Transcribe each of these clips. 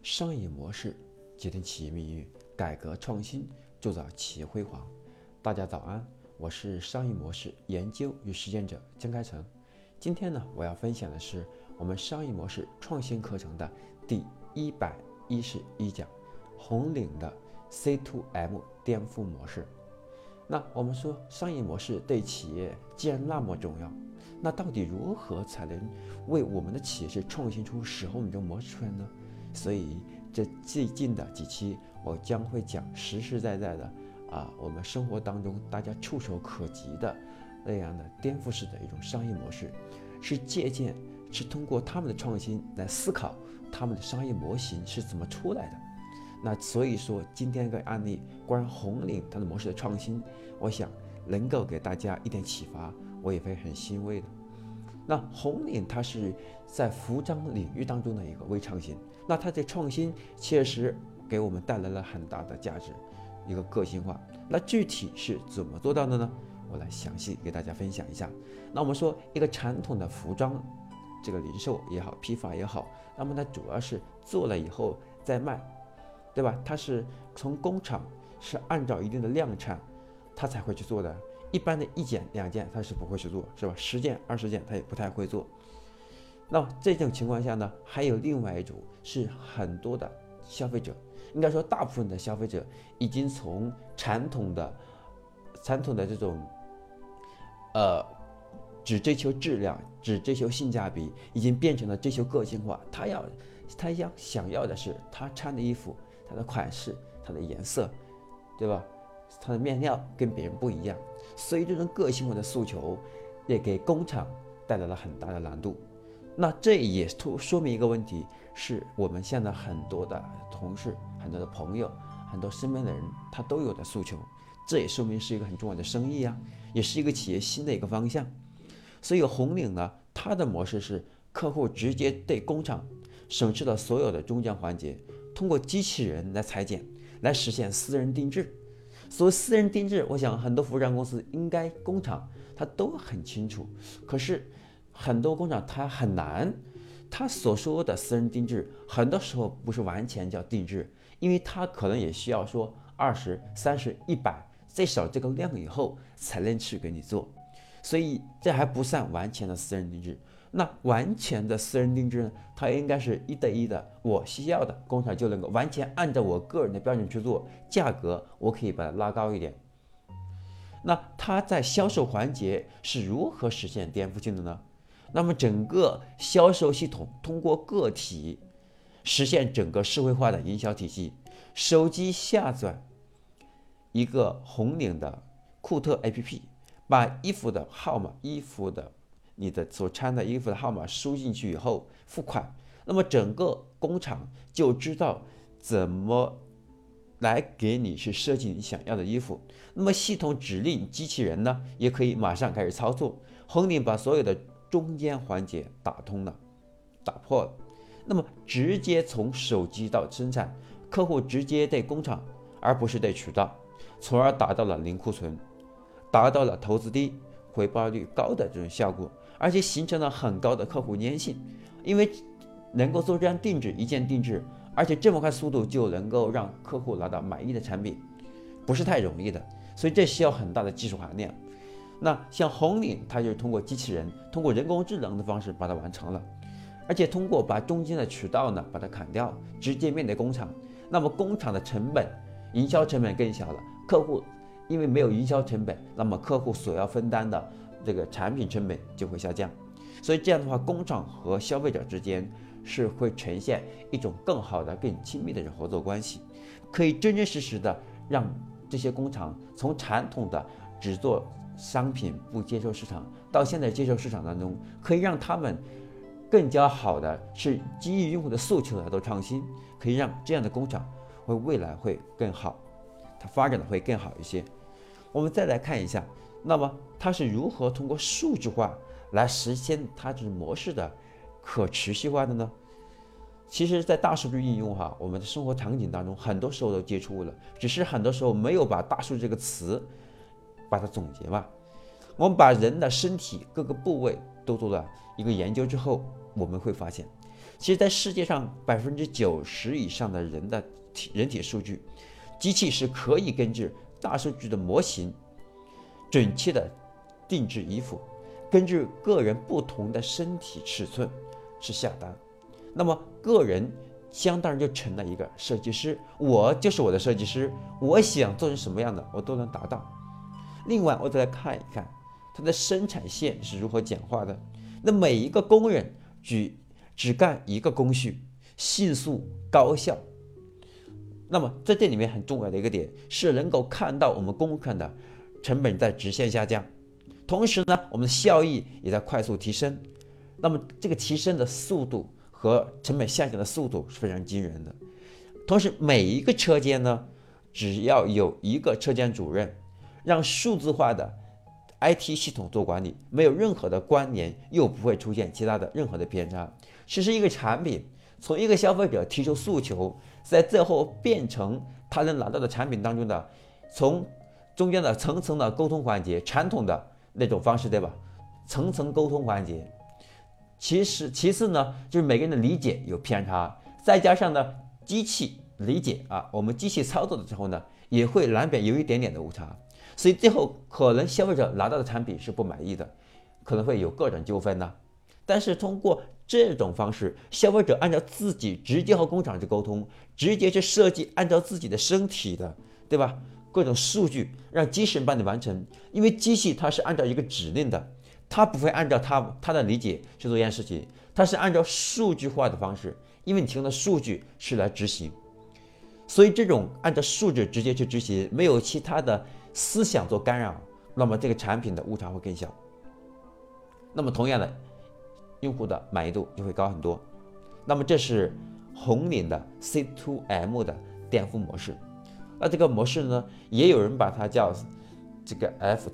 商业模式决定企业命运，改革创新铸造企业辉煌。大家早安，我是商业模式研究与实践者江开成。今天呢，我要分享的是我们商业模式创新课程的第111讲，红岭的 C2M 颠覆模式。那我们说商业模式对企业既然那么重要，那到底如何才能为我们的企业是创新出10后这种模式出来呢？所以这最近的几期我将会讲实实在在的我们生活当中大家触手可及的那样的颠覆式的一种商业模式，是借鉴，是通过他们的创新来思考他们的商业模型是怎么出来的。那所以说今天这个案例关于红岭它的模式的创新，我想能够给大家一点启发，我也会很欣慰的。那红岭它是在服装领域当中的一个微创新，那它的创新确实给我们带来了很大的价值，一个个性化。那具体是怎么做到的呢？我来详细给大家分享一下。那我们说一个传统的服装这个零售也好，批发也好，那么它主要是做了以后再卖，对吧？它是从工厂是按照一定的量产，它才会去做的。一般的1件2件它是不会去做，是吧？10件20件它也不太会做。那这种情况下呢，还有另外一种是很多的消费者，应该说大部分的消费者已经从传统的这种只追求质量，只追求性价比，已经变成了追求个性化。他想要的是他穿的衣服，它的款式，它的颜色，对吧？它的面料跟别人不一样，所以这种个性化的诉求也给工厂带来了很大的难度。那这也说明一个问题，是我们现在很多的同事、很多的朋友、很多身边的人，他都有的诉求。这也说明是一个很重要的生意啊，也是一个企业新的一个方向。所以红岭呢，它的模式是客户直接对工厂省去了所有的中间环节，通过机器人来裁剪，来实现私人定制。所谓私人定制，我想很多服装公司应该工厂它都很清楚，可是很多工厂它很难，他所说的私人定制很多时候不是完全叫定制，因为它可能也需要说20、30、100，最少这个量以后才能去给你做，所以这还不算完全的私人定制。那完全的私人定制呢，它应该是1对1的，我需要的工厂就能够完全按照我个人的标准去做，价格我可以把它拉高一点。那它在销售环节是如何实现颠覆性的呢？那么整个销售系统通过个体实现整个社会化的营销体系，手机下载一个红岭的库特 APP， 把衣服的号码、你的所穿的衣服的号码输进去以后付款，那么整个工厂就知道怎么来给你去设计你想要的衣服。那么系统指令机器人呢，也可以马上开始操作。红岭把所有的中间环节打破了，那么直接从手机到生产，客户直接对工厂，而不是对渠道，从而达到了零库存，达到了投资低、回报率高的这种效果，而且形成了很高的客户粘性。因为能够做这样定制，一件定制，而且这么快速度就能够让客户拿到满意的产品，不是太容易的，所以这需要很大的技术含量。那像红岭，它就是通过机器人，通过人工智能的方式把它完成了，而且通过把中间的渠道呢把它砍掉，直接面对工厂，那么工厂的成本、营销成本更小了，客户因为没有营销成本，那么客户所要分担的这个产品成本就会下降，所以这样的话，工厂和消费者之间是会呈现一种更好的、更亲密的合作关系，可以真真实实的让这些工厂从传统的只做商品不接受市场，到现在接受市场当中，可以让他们更加好的是基于用户的诉求来做创新，可以让这样的工厂未来会更好，它发展的会更好一些。我们再来看一下，那么它是如何通过数字化来实现它这种模式的可持续化的呢？其实在大数据应用我们的生活场景当中很多时候都接触了，只是很多时候没有把大数据这个词把它总结吧。我们把人的身体各个部位都做了一个研究之后，我们会发现，其实在世界上90%以上的人体数据，机器是可以根据大数据的模型，准确的定制衣服，根据个人不同的身体尺寸去下单。那么个人相当于就成了一个设计师，我就是我的设计师，我想做成什么样的，我都能达到。另外，我再来看一看它的生产线是如何简化的。那每一个工人只干一个工序，迅速高效。那么在这里面很重要的一个点是能够看到我们工程的成本在直线下降，同时呢，我们的效益也在快速提升。那么这个提升的速度和成本下降的速度是非常惊人的。同时，每一个车间呢，只要有一个车间主任，让数字化的 IT 系统做管理，没有任何的关联，又不会出现其他的任何的偏差。其实一个产品从一个消费者提出诉求，在最后变成他能拿到的产品当中的，从中间的层层的沟通环节，传统的那种方式，对吧？层层沟通环节，其次呢，就是每个人的理解有偏差，再加上呢，机器理解我们机器操作的时候呢，也会难免有一点点的误差，所以最后可能消费者拿到的产品是不满意的，可能会有各种纠纷呢。但是通过这种方式，消费者按照自己直接和工厂去沟通，直接去设计按照自己的身体的，对吧？各种数据让机器人帮你完成，因为机器它是按照一个指令的，它不会按照它的理解去做一件事情，它是按照数据化的方式，因为你提供的数据是来执行，所以这种按照数据直接去执行，没有其他的思想做干扰，那么这个产品的误差会更小。那么同样的，用户的满意度就会高很多。那么这是红岭的 C2M 的垫付模式。那这个模式呢，也有人把它叫这个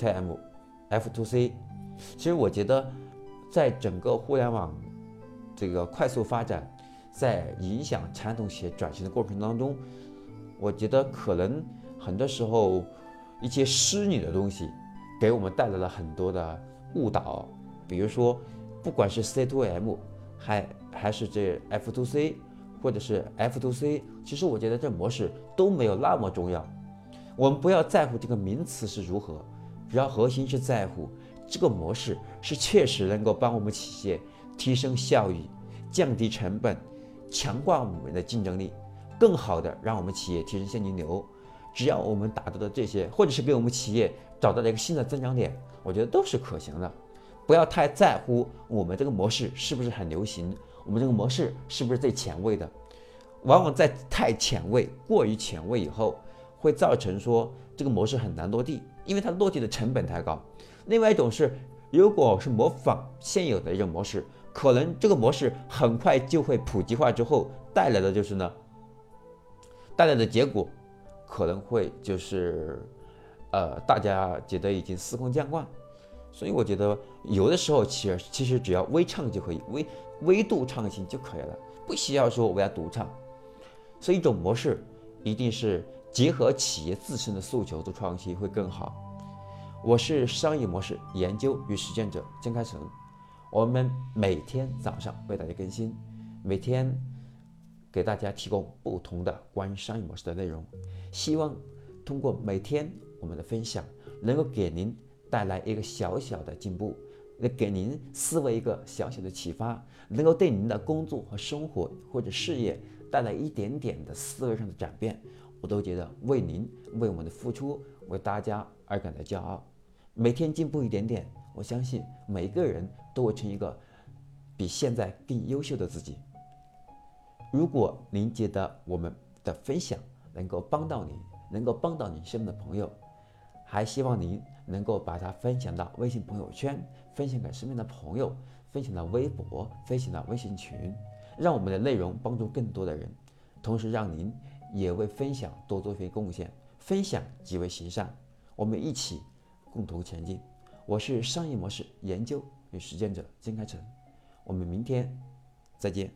F2M、F2C。其实我觉得，在整个互联网这个快速发展，在影响传统企业转型的过程当中，我觉得可能很多时候一些虚拟的东西给我们带来了很多的误导。比如说，不管是 C2M 还是这 F2C， 或者是 F2C， 其实我觉得这模式都没有那么重要。我们不要在乎这个名词是如何，只要核心是在乎这个模式是确实能够帮我们企业提升效益、降低成本、强化我们的竞争力，更好的让我们企业提升现金流。只要我们达到的这些，或者是给我们企业找到了一个新的增长点，我觉得都是可行的。不要太在乎我们这个模式是不是很流行，我们这个模式是不是最前卫的。往往在太前卫、过于前卫以后，会造成说这个模式很难落地，因为它落地的成本太高。另外一种是，如果是模仿现有的一种模式，可能这个模式很快就会普及化之后带来的就是呢，带来的结果可能会就是大家觉得已经司空见惯。所以我觉得有的时候其实只要微创就可以，微度创新就可以了，不需要说我要独创。所以一种模式一定是结合企业自身的诉求做创新会更好。我是商业模式研究与实践者曾开成，我们每天早上为大家更新，每天给大家提供不同的关于商业模式的内容，希望通过每天我们的分享，能够给您带来一个小小的进步，给您思维一个小小的启发，能够对您的工作和生活或者事业带来一点点的思维上的转变，我都觉得为您、为我们的付出、为大家而感到骄傲。每天进步一点点，我相信每个人都会成一个比现在更优秀的自己。如果您觉得我们的分享能够帮到你，能够帮到你身边的朋友，还希望您能够把它分享到微信朋友圈，分享给身边的朋友，分享到微博，分享到微信群，让我们的内容帮助更多的人，同时让您也为分享多做一份贡献。分享即为行善，我们一起共同前进。我是商业模式研究与实践者金开成，我们明天再见。